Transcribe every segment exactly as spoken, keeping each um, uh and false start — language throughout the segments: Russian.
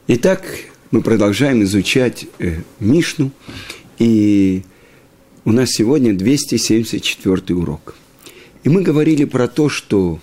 Итак, мы продолжаем изучать э, Мишну, и у нас сегодня двести семьдесят четвёртый урок. И мы говорили про то, что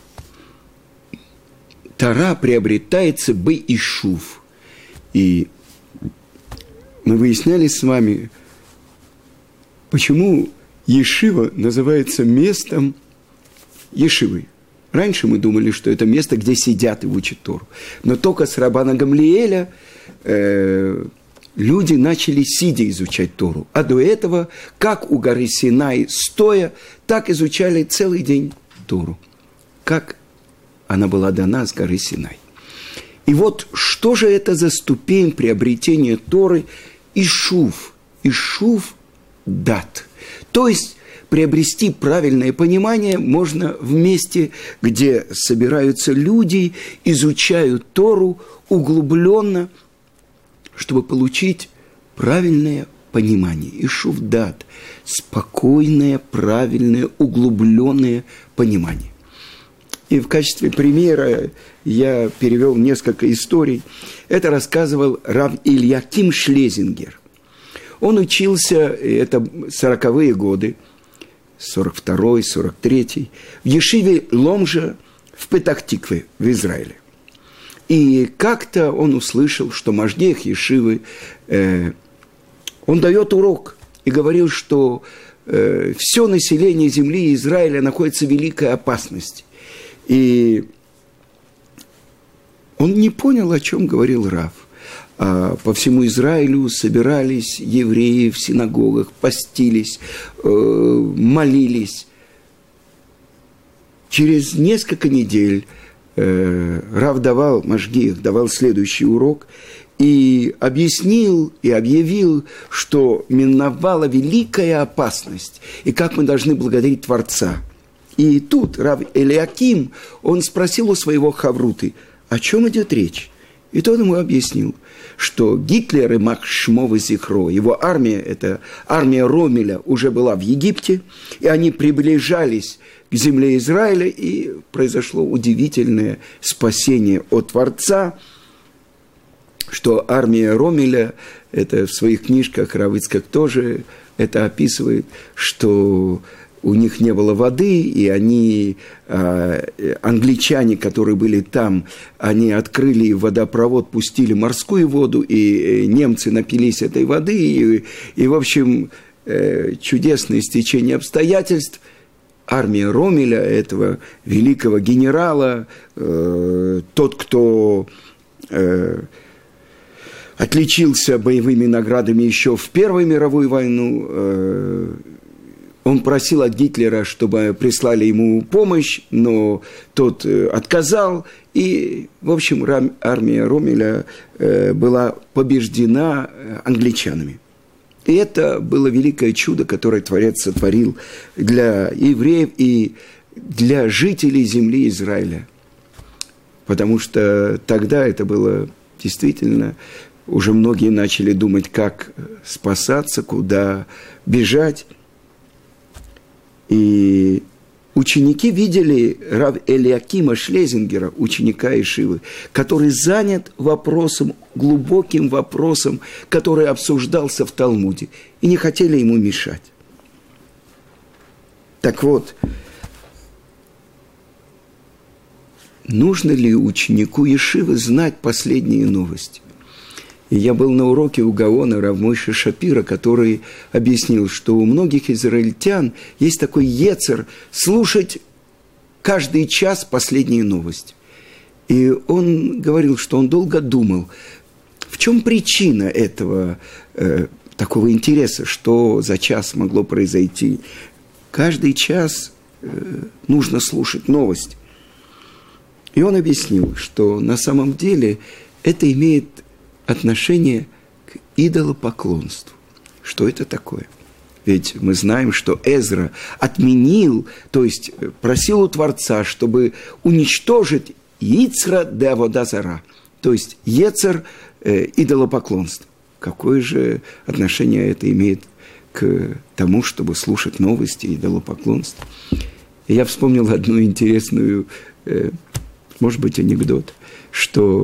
Тора приобретается бе-ишув. И мы выясняли с вами, почему ешива называется местом ешивы. Раньше мы думали, что это место, где сидят и учат Тору. Но только с Раббана Гамлиэля э, люди начали сидя изучать Тору. А до этого, как у горы Синай стоя, так изучали целый день Тору. Как она была дана с горы Синай. И вот что же это за ступень приобретения Торы? Ишув. Ишув дат. То есть приобрести правильное понимание можно в месте, где собираются люди, изучают Тору углубленно, чтобы получить правильное понимание. Ишув дат. Спокойное, правильное, углубленное понимание. И в качестве примера я перевел несколько историй. Это рассказывал рав Ильяким Шлезингер. Он учился, это сороковые годы, сорок второй, сорок третий, в ешиве Ломжа в Петах-Тикве в Израиле. И как-то он услышал, что маждех ешивы, э, он дает урок и говорил, что э, все население земли Израиля находится в великой опасности. И он не понял, о чем говорил рав. А по всему Израилю собирались евреи в синагогах, постились, э, молились. Через несколько недель э, рав давал, мажгиах давал следующий урок и объяснил и объявил, что миновала великая опасность, и как мы должны благодарить Творца. И тут рав Элиаким, он спросил у своего хавруты, о чем идет речь. И тот ему объяснил, что Гитлер и Мах Шмов и Зихро, его армия, это армия Ромеля, уже была в Египте, и они приближались к земле Израиля, и произошло удивительное спасение от Творца, что армия Ромеля, это в своих книжках рав Ицхак тоже это описывает, что у них не было воды, и они, э, англичане, которые были там, они открыли водопровод, пустили морскую воду, и немцы напились этой воды, и, и в общем, э, чудесное стечение обстоятельств. Армия Ромеля, этого великого генерала, э, тот, кто э, отличился боевыми наградами еще в Первую мировую войну, э, он просил от Гитлера, чтобы прислали ему помощь, но тот отказал. И, в общем, армия Ромеля была побеждена англичанами. И это было великое чудо, которое Творец сотворил для евреев и для жителей земли Израиля. Потому что тогда это было действительно... Уже многие начали думать, как спасаться, куда бежать. И ученики видели рав Элиакима Шлезингера, ученика ешивы, который занят вопросом, глубоким вопросом, который обсуждался в Талмуде, и не хотели ему мешать. Так вот, нужно ли ученику ешивы знать последние новости? И я был на уроке у Гаона рав Мойше Шапира, который объяснил, что у многих израильтян есть такой ецер слушать каждый час последние новости. И он говорил, что он долго думал, в чем причина этого э, такого интереса, что за час могло произойти. Каждый час э, нужно слушать новости. И он объяснил, что на самом деле это имеет отношение к идолопоклонству. Что это такое? Ведь мы знаем, что Эзра отменил, то есть просил у Творца, чтобы уничтожить Йицра де авода зара, то есть Ецер э, идолопоклонства. Какое же отношение это имеет к тому, чтобы слушать новости идолопоклонства? И я вспомнил одну интересную, э, может быть, анекдот, что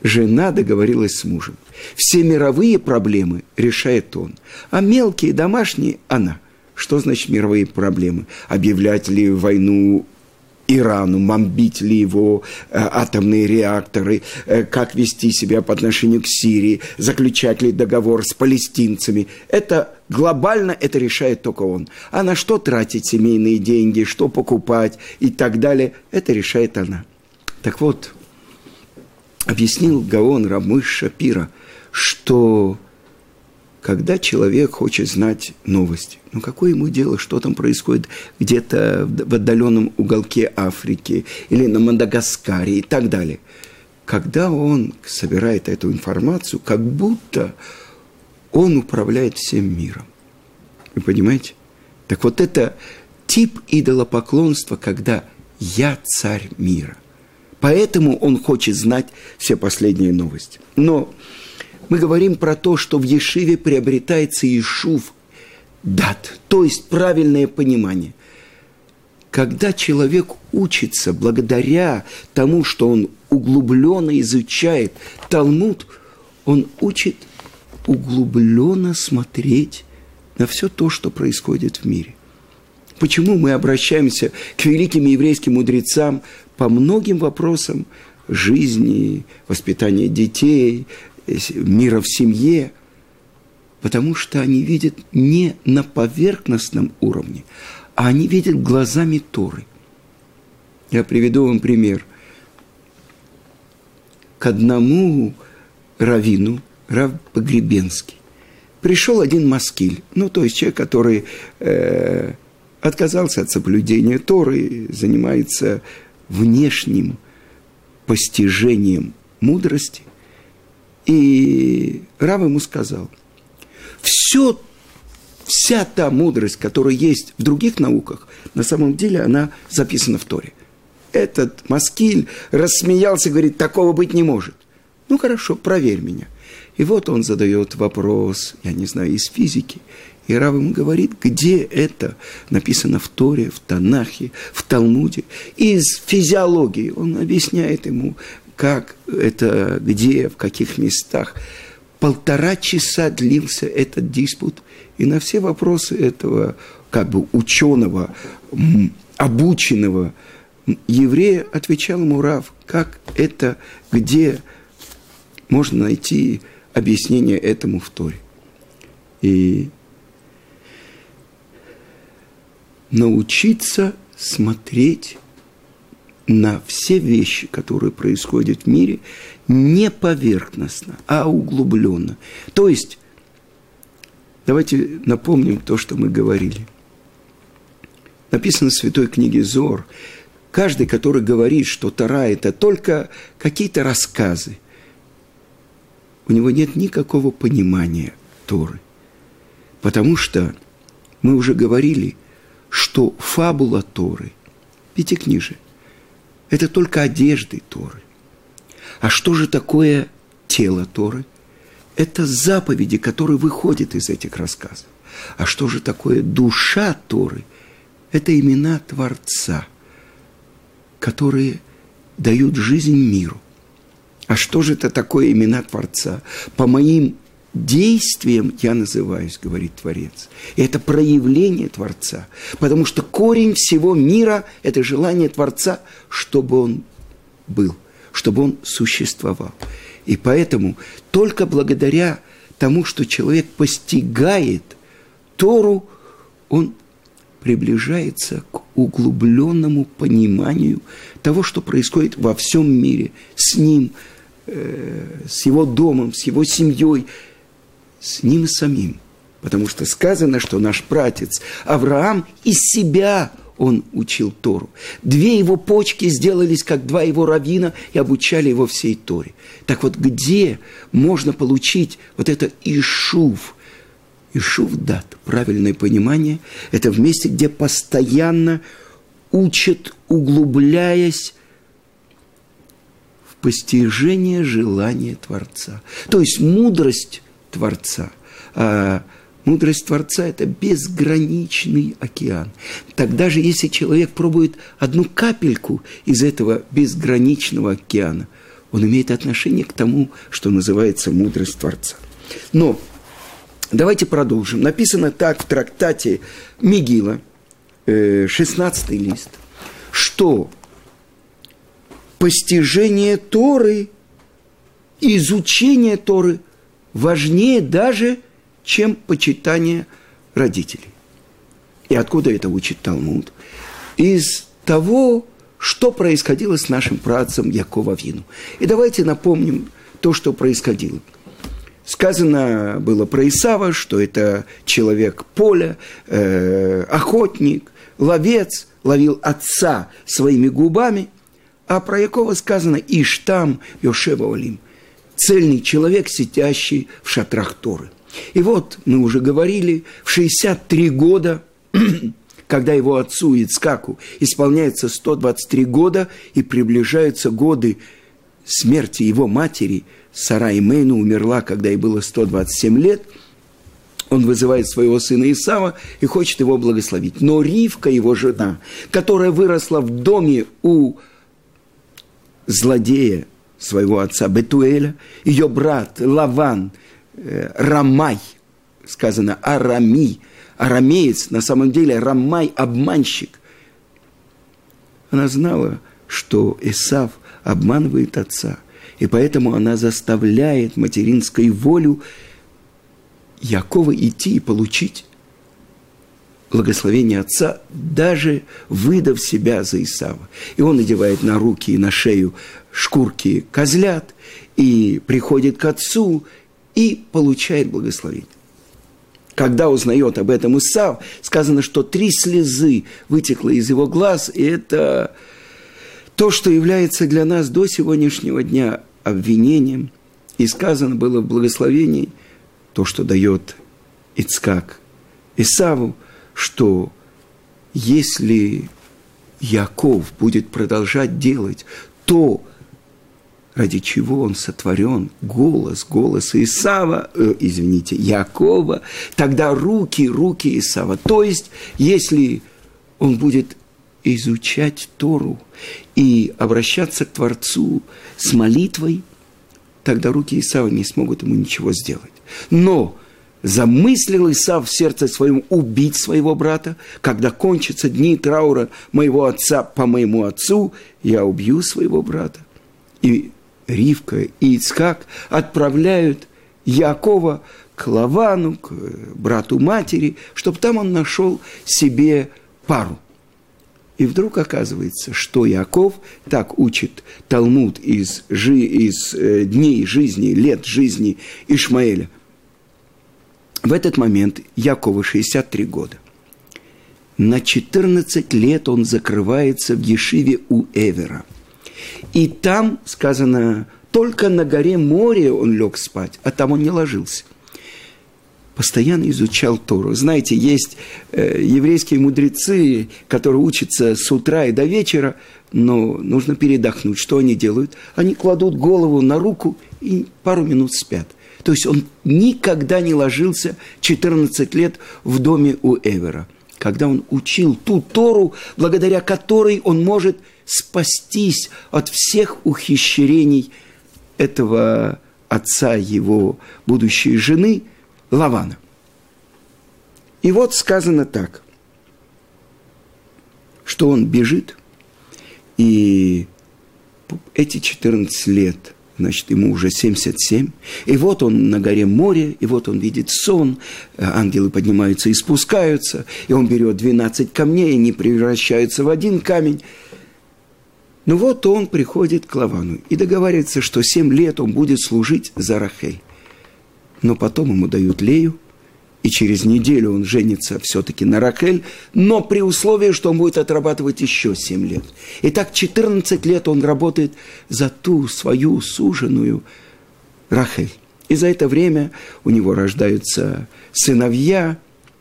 жена договорилась с мужем. Все мировые проблемы решает он, а мелкие домашние – она. Что значит мировые проблемы? Объявлять ли войну Ирану, бомбить ли его э, атомные реакторы, э, как вести себя по отношению к Сирии, заключать ли договор с палестинцами. Это глобально это решает только он. А на что тратить семейные деньги, что покупать и так далее, это решает она. Так вот, объяснил Гаон Рамыш Шапира, что когда человек хочет знать новости, ну какое ему дело, что там происходит где-то в отдаленном уголке Африки или на Мадагаскаре и так далее. Когда он собирает эту информацию, как будто он управляет всем миром. Вы понимаете? Так вот это тип идолопоклонства, когда я царь мира. Поэтому он хочет знать все последние новости. Но мы говорим про то, что в Ешиве приобретается ешув дат, то есть правильное понимание. Когда человек учится благодаря тому, что он углубленно изучает Талмуд, он учит углубленно смотреть на все то, что происходит в мире. Почему мы обращаемся к великим еврейским мудрецам по многим вопросам жизни, воспитания детей, мира в семье? Потому что они видят не на поверхностном уровне, а они видят глазами Торы. Я приведу вам пример. К одному раввину, рав Погребенский, пришел один маскиль, ну, то есть человек, который э, отказался от соблюдения Торы, занимается внешним постижением мудрости. И рав ему сказал, все, вся та мудрость, которая есть в других науках, на самом деле она записана в Торе. Этот маскиль рассмеялся, говорит, такого быть не может. Ну, хорошо, проверь меня. И вот он задает вопрос, я не знаю, из физики. И рав ему говорит, где это написано в Торе, в Танахе, в Талмуде. Из физиологии он объясняет ему, как это, где, в каких местах. Полтора часа длился этот диспут. И на все вопросы этого как бы ученого, обученного еврея отвечал ему рав, как это, где можно найти объяснение этому в Торе. И научиться смотреть на все вещи, которые происходят в мире, не поверхностно, а углубленно. То есть, давайте напомним то, что мы говорили. Написано в Святой книге Зоар, каждый, который говорит, что Тора – это только какие-то рассказы, у него нет никакого понимания Торы. Потому что мы уже говорили, что фабула Торы, пятикнижие, это только одежды Торы. А что же такое тело Торы? Это заповеди, которые выходят из этих рассказов. А что же такое душа Торы? Это имена Творца, которые дают жизнь миру. А что же это такое имена Творца? По моим действиям я называюсь, говорит Творец. И это проявление Творца. Потому что корень всего мира – это желание Творца, чтобы он был, чтобы он существовал. И поэтому только благодаря тому, что человек постигает Тору, он приближается к углубленному пониманию того, что происходит во всем мире, с ним, э, с его домом, с его семьей, с ним самим. Потому что сказано, что наш пратец Авраам из себя он учил Тору. Две его почки сделались, как два его раввина, и обучали его всей Торе. Так вот, где можно получить вот это ишув? Ишув дат, правильное понимание, это в месте, где постоянно учат, углубляясь в постижение желания Творца. То есть мудрость Творца. А мудрость Творца – это безграничный океан. Так даже если человек пробует одну капельку из этого безграничного океана, он имеет отношение к тому, что называется мудрость Творца. Но давайте продолжим. Написано так в трактате Мегила, шестнадцатый лист, что постижение Торы, изучение Торы важнее даже, чем почитание родителей. И откуда это учит Талмуд? Из того, что происходило с нашим праотцом Яаков Авину. И давайте напомним то, что происходило. Сказано было про Исава, что это человек поля, э, охотник, ловец, ловил отца своими губами. А про Яакова сказано «Иштам Йошева Олим», цельный человек, сидящий в шатрах Торы. И вот, мы уже говорили, в шестьдесят три года, когда его отцу Ицкаку исполняется сто двадцать три года и приближаются годы смерти его матери, Сара Имейну умерла, когда ей было сто двадцать семь лет, он вызывает своего сына Исава и хочет его благословить. Но Ривка, его жена, которая выросла в доме у злодея своего отца Бетуэля, ее брат Лаван, э, Рамай, сказано Арами, арамеец, на самом деле Рамай – обманщик. Она знала, что Исав обманывает отца, и поэтому она заставляет материнской волю Яакова идти и получить благословение отца, даже выдав себя за Исава. И он надевает на руки и на шею шкурки козлят, и приходит к отцу, и получает благословение. Когда узнает об этом Исав, сказано, что три слезы вытекло из его глаз, и это то, что является для нас до сегодняшнего дня обвинением. И сказано было в благословении, то, что дает Ицкак Исаву, что если Яаков будет продолжать делать то, ради чего он сотворен, голос, голос Исава, э, извините, Яакова, тогда руки, руки Исава. То есть, если он будет изучать Тору и обращаться к Творцу с молитвой, тогда руки Исава не смогут ему ничего сделать. Но замыслил Исав в сердце своем убить своего брата, когда кончатся дни траура моего отца по моему отцу, я убью своего брата. И Ривка и Ицкак отправляют Яакова к Лавану, к брату матери, чтобы там он нашел себе пару. И вдруг оказывается, что Яаков, так учит Талмуд из, жи, из э, дней жизни, лет жизни Ишмаэля. В этот момент Яакову шестьдесят три года. На четырнадцать лет он закрывается в ешиве у Эвера. И там, сказано, только на горе Море он лег спать, а там он не ложился. Постоянно изучал Тору. Знаете, есть э, еврейские мудрецы, которые учатся с утра и до вечера, но нужно передохнуть. Что они делают? Они кладут голову на руку и пару минут спят. То есть он никогда не ложился четырнадцать лет в доме у Эвера, когда он учил ту Тору, благодаря которой он может спастись от всех ухищрений этого отца его будущей жены Лавана. И вот сказано так, что он бежит, и эти четырнадцать лет, значит, ему уже семьдесят семь, и вот он на горе Море, и вот он видит сон, ангелы поднимаются и спускаются, и он берет двенадцать камней, они превращаются в один камень. Ну вот он приходит к Лавану и договаривается, что семь лет он будет служить за Рахель. Но потом ему дают Лею, и через неделю он женится все-таки на Рахель, но при условии, что он будет отрабатывать еще семь лет. И так четырнадцать лет он работает за ту свою суженую Рахель. И за это время у него рождаются сыновья,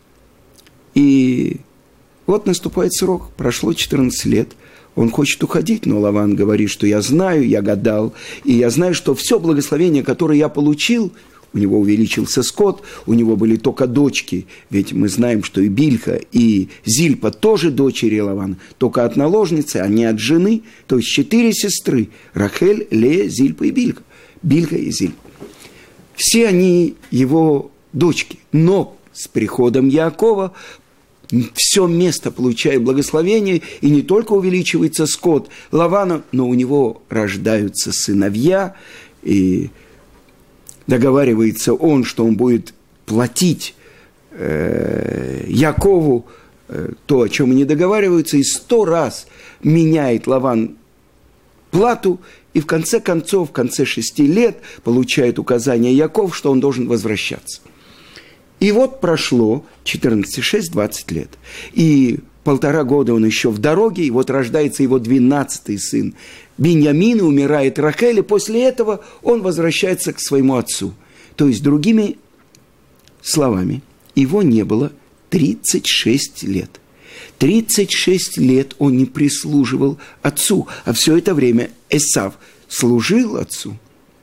и вот наступает срок, прошло четырнадцать лет, он хочет уходить, но Лаван говорит, что я знаю, я гадал, и я знаю, что все благословение, которое я получил, у него увеличился скот, у него были только дочки, ведь мы знаем, что и Бильха, и Зильпа тоже дочери Лавана, только от наложницы, а не от жены, то есть четыре сестры, Рахель, Лея, Зильпа и Бильха, Бильха и Зильпа. Все они его дочки, но с приходом Яакова все место получает благословение, и не только увеличивается скот Лавана, но у него рождаются сыновья, и договаривается он, что он будет платить э, Якову э, то, о чем они договариваются, и сто раз меняет Лаван плату, и в конце концов, в конце шести лет получает указание Яков, что он должен возвращаться. И вот прошло четырнадцать, шесть, двадцать лет. И полтора года он еще в дороге, и вот рождается его двенадцатый сын Биньямин, умирает Рахель, и после этого он возвращается к своему отцу. То есть, другими словами, его не было тридцать шесть лет. тридцать шесть лет он не прислуживал отцу, а все это время Эсав служил отцу.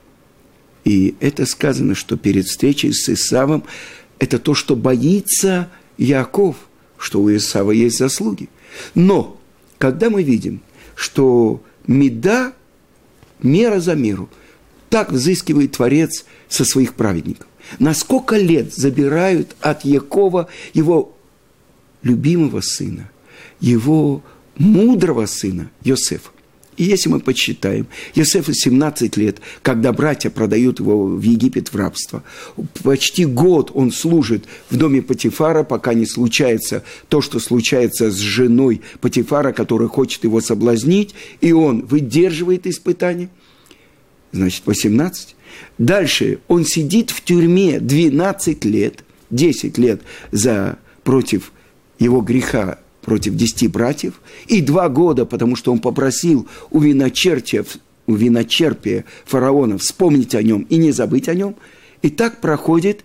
И это сказано, что перед встречей с Исавом это то, что боится Яаков, что у Исава есть заслуги. Но, когда мы видим, что меда, мера за меру, так взыскивает Творец со своих праведников. На сколько лет забирают от Якова его любимого сына, его мудрого сына Йосефа. И если мы подсчитаем, Йосефу семнадцать лет, когда братья продают его в Египет в рабство, почти год он служит в доме Потифара, пока не случается то, что случается с женой Потифара, которая хочет его соблазнить, и он выдерживает испытания, значит, восемнадцать. Дальше он сидит в тюрьме двенадцать лет, десять лет за, против его греха, против десяти братьев, и два года, потому что он попросил у виночерпия, у виночерпия фараона вспомнить о нем и не забыть о нем. И так проходит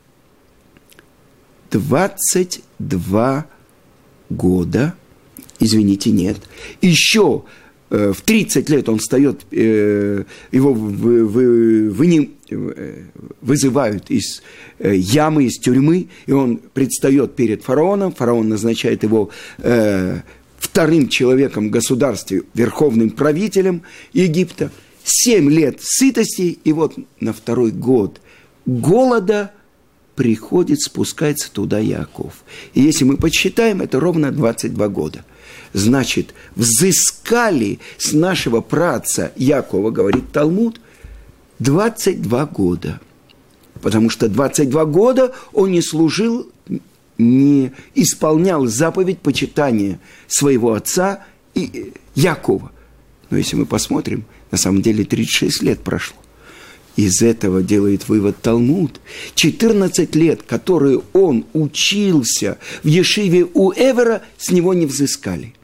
двадцать два года, извините, нет, еще э, в тридцать лет он встает, э, его вы, вы, вы, вызывают из э, ямы, из тюрьмы, и он предстает перед фараоном, фараон назначает его э, вторым человеком в государстве, верховным правителем Египта, семь лет сытости, и вот на второй год голода приходит, спускается туда Яаков. И если мы подсчитаем, это ровно двадцать два года. Значит, взыскали с нашего праотца Яакова, говорит Талмуд, двадцать два года. Потому что двадцать два года он не служил, не исполнял заповедь почитания своего отца и Якова. Но если мы посмотрим, на самом деле тридцать шесть лет прошло. Из этого делает вывод Талмуд. четырнадцать лет, которые он учился в Ешиве у Эвера, с него не взыскали.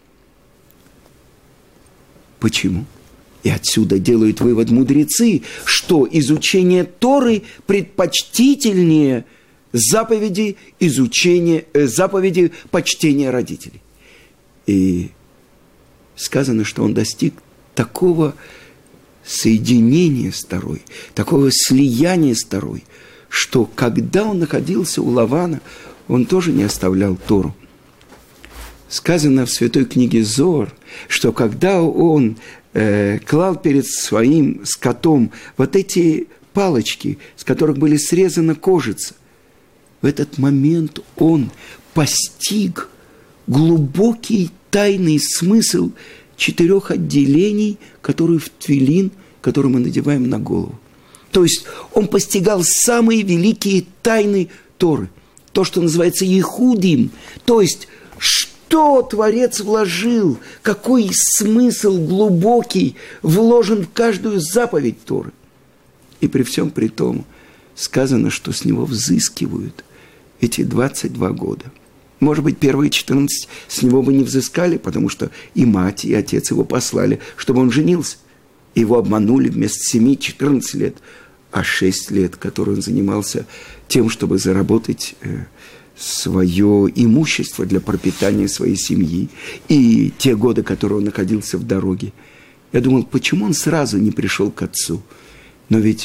Почему? И отсюда делают вывод мудрецы, что изучение Торы предпочтительнее заповеди изучения, э, заповеди почтения родителей. И сказано, что он достиг такого соединения с Торой, такого слияния с Торой, что когда он находился у Лавана, он тоже не оставлял Тору. Сказано в святой книге Зоар, что когда он э, клал перед своим скотом вот эти палочки, с которых были срезаны кожицы, в этот момент он постиг глубокий тайный смысл четырех отделений, которые в тфилин, которые мы надеваем на голову. То есть он постигал самые великие тайны Торы, то, что называется ехудим, то есть что Творец вложил, какой смысл глубокий вложен в каждую заповедь Торы. И при всем при том сказано, что с него взыскивают эти двадцать два года. Может быть, первые четырнадцать с него бы не взыскали, потому что и мать, и отец его послали, чтобы он женился. Его обманули вместо семи-четырнадцати лет, а шесть лет, которые он занимался тем, чтобы заработать э, свое имущество для пропитания своей семьи, и те годы, которые он находился в дороге. Я думал, почему он сразу не пришел к отцу? Но ведь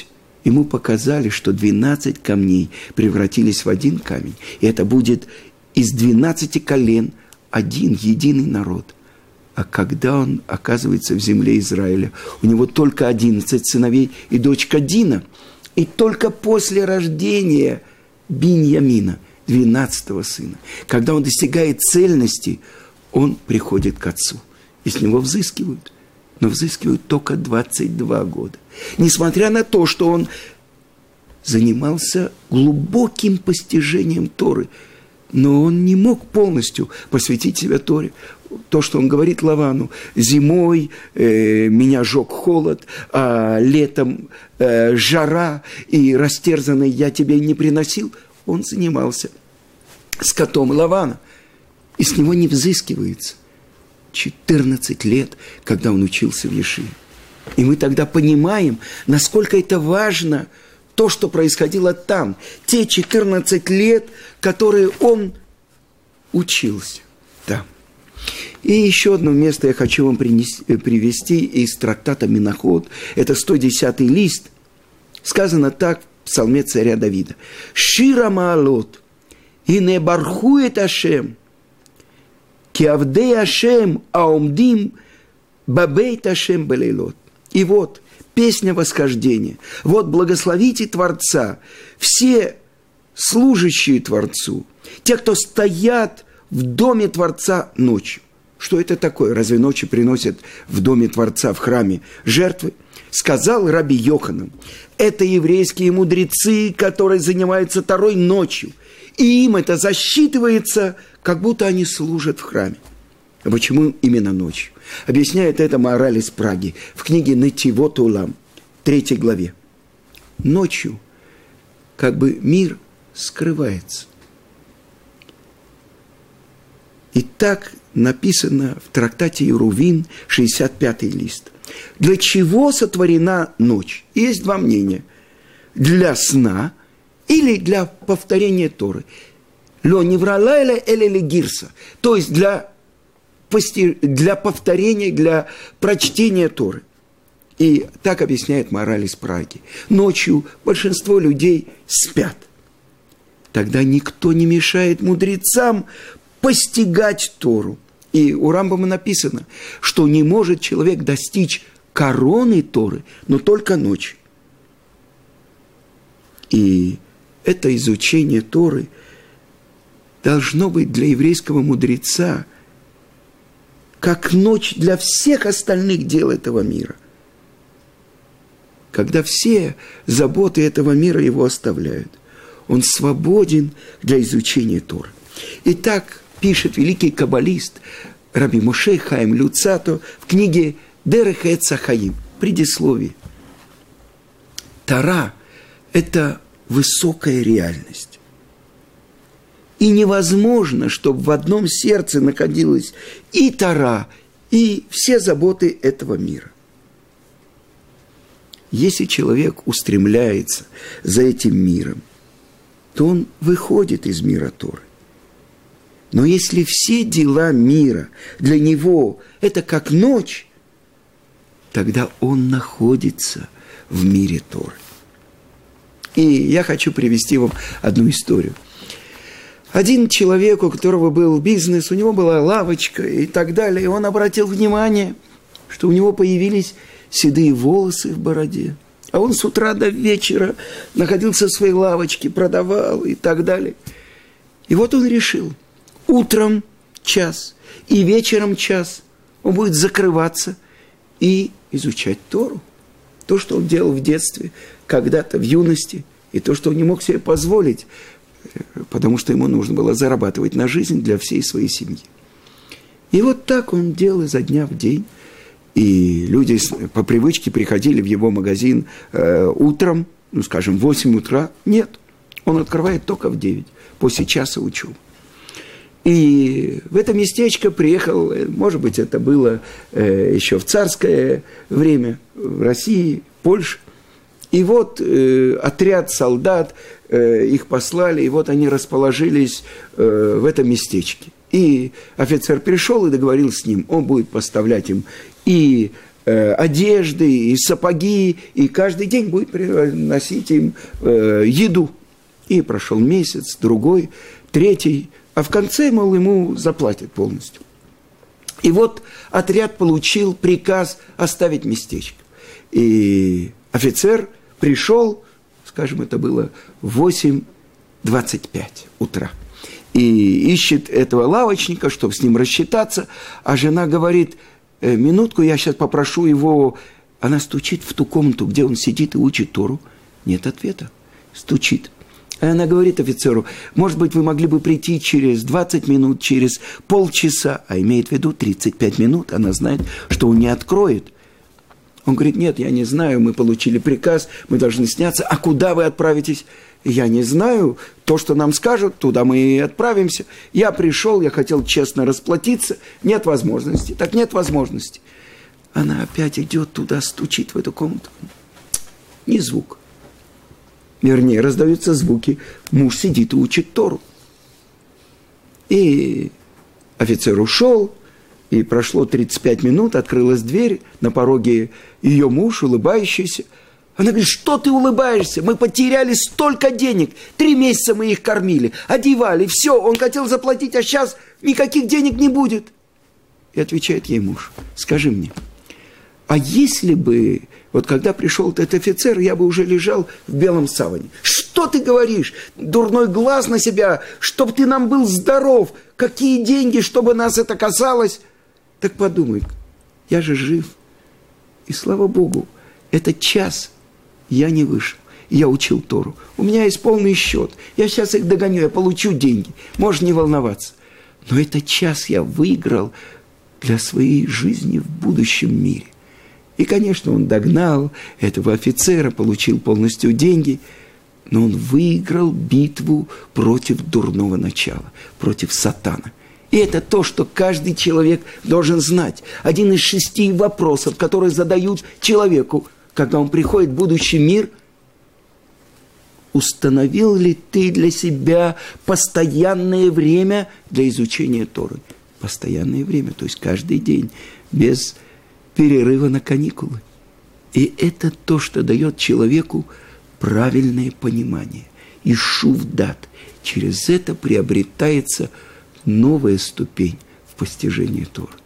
ему показали, что двенадцать камней превратились в один камень. И это будет из двенадцати колен один единый народ. А когда он оказывается в земле Израиля, у него только одиннадцать сыновей и дочка Дина. И только после рождения Биньямина, двенадцатого сына, когда он достигает цельности, он приходит к отцу. И с него взыскивают. Но взыскивают только двадцать два года. Несмотря на то, что он занимался глубоким постижением Торы, но он не мог полностью посвятить себя Торе. То, что он говорит Лавану: зимой э, меня жег холод, а летом э, жара, и растерзанный я тебе не приносил. Он занимался скотом Лавана, и с него не взыскивается. четырнадцать лет, когда он учился в Ешиве. И мы тогда понимаем, насколько это важно, то, что происходило там. Те четырнадцать лет, которые он учился там. И еще одно место я хочу вам принести, привести из трактата Минахот. Это сто десятый лист. Сказано так в псалме царя Давида. «Шира маалот, и не бархует Ашем, ки авдей Ашем аумдим бабейт Ашем белейлот». И вот песня восхождения. Вот благословите Творца, все служащие Творцу, те, кто стоят в доме Творца ночью. Что это такое? Разве ночью приносят в доме Творца, в храме, жертвы? Сказал раби Йоханан: это еврейские мудрецы, которые занимаются Торой ночью. И им это засчитывается, как будто они служат в храме. А почему именно ночью? Объясняет это Маораль из Праги в книге «Нетивот улам», третьей главе. Ночью как бы мир скрывается. И так написано в трактате Ерувин, шестьдесят пятый лист. Для чего сотворена ночь? Есть два мнения. Для сна или для повторения Торы. Ло невралайля или гирса. То есть для, для повторения, для прочтения Торы. И так объясняет Маораль из Праги. Ночью большинство людей спят. Тогда никто не мешает мудрецам постигать Тору. И у Рамбама написано, что не может человек достичь короны Торы, но только ночью. И это изучение Торы должно быть для еврейского мудреца как ночь для всех остальных дел этого мира. Когда все заботы этого мира его оставляют, он свободен для изучения Торы. Итак, пишет великий каббалист раби Моше Хаим Люцато в книге «Дерех эц хаим», предисловие. Тора – это высокая реальность. И невозможно, чтобы в одном сердце находилась и Тора, и все заботы этого мира. Если человек устремляется за этим миром, то он выходит из мира Торы. Но если все дела мира для него – это как ночь, тогда он находится в мире Торы. И я хочу привести вам одну историю. Один человек, у которого был бизнес, у него была лавочка и так далее, и он обратил внимание, что у него появились седые волосы в бороде. А он с утра до вечера находился в своей лавочке, продавал и так далее. И вот он решил – утром час и вечером час он будет закрываться и изучать Тору. То, что он делал в детстве, когда-то, в юности, и то, что он не мог себе позволить, потому что ему нужно было зарабатывать на жизнь для всей своей семьи. И вот так он делал изо дня в день. И люди по привычке приходили в его магазин э, утром, ну, скажем, в восемь утра. Нет, он открывает только в девять, после часа учебы. И в это местечко приехал, может быть, это было э, еще в царское время, в России, Польше. И вот э, отряд солдат, э, их послали, и вот они расположились э, в этом местечке. И офицер пришел и договорился с ним, он будет поставлять им и э, одежды, и сапоги, и каждый день будет приносить им э, еду. И прошел месяц, другой, третий, а в конце, мол, ему заплатят полностью. И вот отряд получил приказ оставить местечко. И офицер пришел, скажем, это было в восемь двадцать пять утра. И ищет этого лавочника, чтобы с ним рассчитаться. А жена говорит: минутку, я сейчас попрошу его. Она стучит в ту комнату, где он сидит и учит Тору. Нет ответа. Стучит. А она говорит офицеру: может быть, вы могли бы прийти через двадцать минут, через полчаса. А имеет в виду тридцать пять минут. Она знает, что он не откроет. Он говорит: нет, я не знаю, мы получили приказ, мы должны сняться. А куда вы отправитесь? Я не знаю. То, что нам скажут, туда мы и отправимся. Я пришел, я хотел честно расплатиться. Нет возможности. Так нет возможности. Она опять идет туда, стучит в эту комнату. Ни звук. Вернее, раздаются звуки. Муж сидит и учит Тору. И офицер ушел. И прошло тридцать пять минут, открылась дверь, на пороге ее муж, улыбающийся. Она говорит: что ты улыбаешься? Мы потеряли столько денег. Три месяца мы их кормили, одевали, все. Он хотел заплатить, а сейчас никаких денег не будет. И отвечает ей муж: скажи мне, а если бы, вот когда пришел этот офицер, я бы уже лежал в белом саване. Что ты говоришь? Дурной глаз на себя, чтоб ты нам был здоров. Какие деньги, чтобы нас это касалось? Так подумай, я же жив. И слава Богу, этот час я не вышел. Я учил Тору. У меня есть полный счет. Я сейчас их догоню, я получу деньги. Можешь не волноваться. Но этот час я выиграл для своей жизни в будущем мире. И, конечно, он догнал этого офицера, получил полностью деньги. Но он выиграл битву против дурного начала, против сатана. И это то, что каждый человек должен знать. Один из шести вопросов, которые задают человеку, когда он приходит в будущий мир: установил ли ты для себя постоянное время для изучения Торы? Постоянное время, то есть каждый день, без перерыва на каникулы. И это то, что дает человеку правильное понимание. И шув дат. Через это приобретается новая ступень в постижении Торы.